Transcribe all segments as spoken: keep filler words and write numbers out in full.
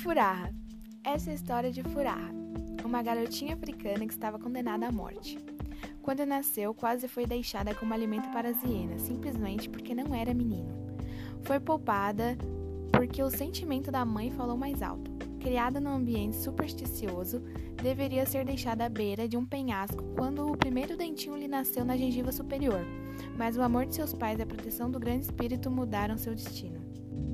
Furaha. Essa é a história de Furaha, uma garotinha africana que estava condenada à morte. Quando nasceu, quase foi deixada como alimento para as hienas, simplesmente porque não era menino. Foi poupada porque o sentimento da mãe falou mais alto. Criada num ambiente supersticioso, deveria ser deixada à beira de um penhasco quando o primeiro dentinho lhe nasceu na gengiva superior. Mas o amor de seus pais e a proteção do grande espírito mudaram seu destino.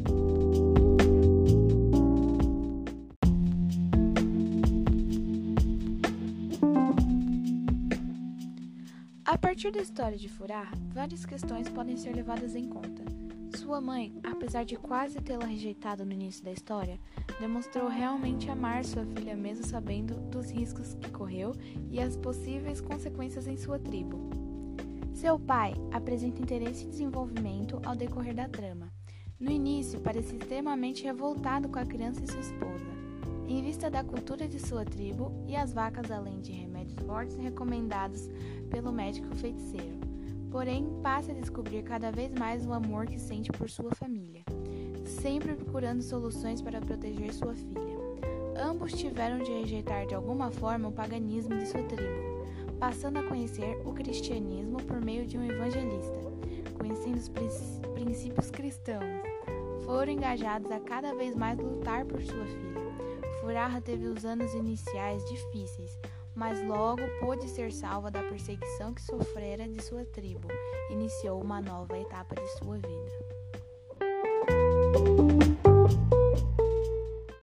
A partir da história de Furaha, várias questões podem ser levadas em conta. Sua mãe, apesar de quase tê-la rejeitado no início da história, demonstrou realmente amar sua filha mesmo sabendo dos riscos que correu e as possíveis consequências em sua tribo. Seu pai apresenta interesse em desenvolvimento ao decorrer da trama. No início, parecia extremamente revoltado com a criança e sua esposa, em vista da cultura de sua tribo e as vacas além de remédios fortes recomendados pelo médico feiticeiro. Porém, passa a descobrir cada vez mais o amor que sente por sua família, sempre procurando soluções para proteger sua filha. Ambos tiveram de rejeitar de alguma forma o paganismo de sua tribo, passando a conhecer o cristianismo por meio de um evangelista. Conhecendo os princípios cristãos, foram engajados a cada vez mais lutar por sua filha. Furaha teve os anos iniciais difíceis, mas logo pôde ser salva da perseguição que sofrera de sua tribo. Iniciou uma nova etapa de sua vida.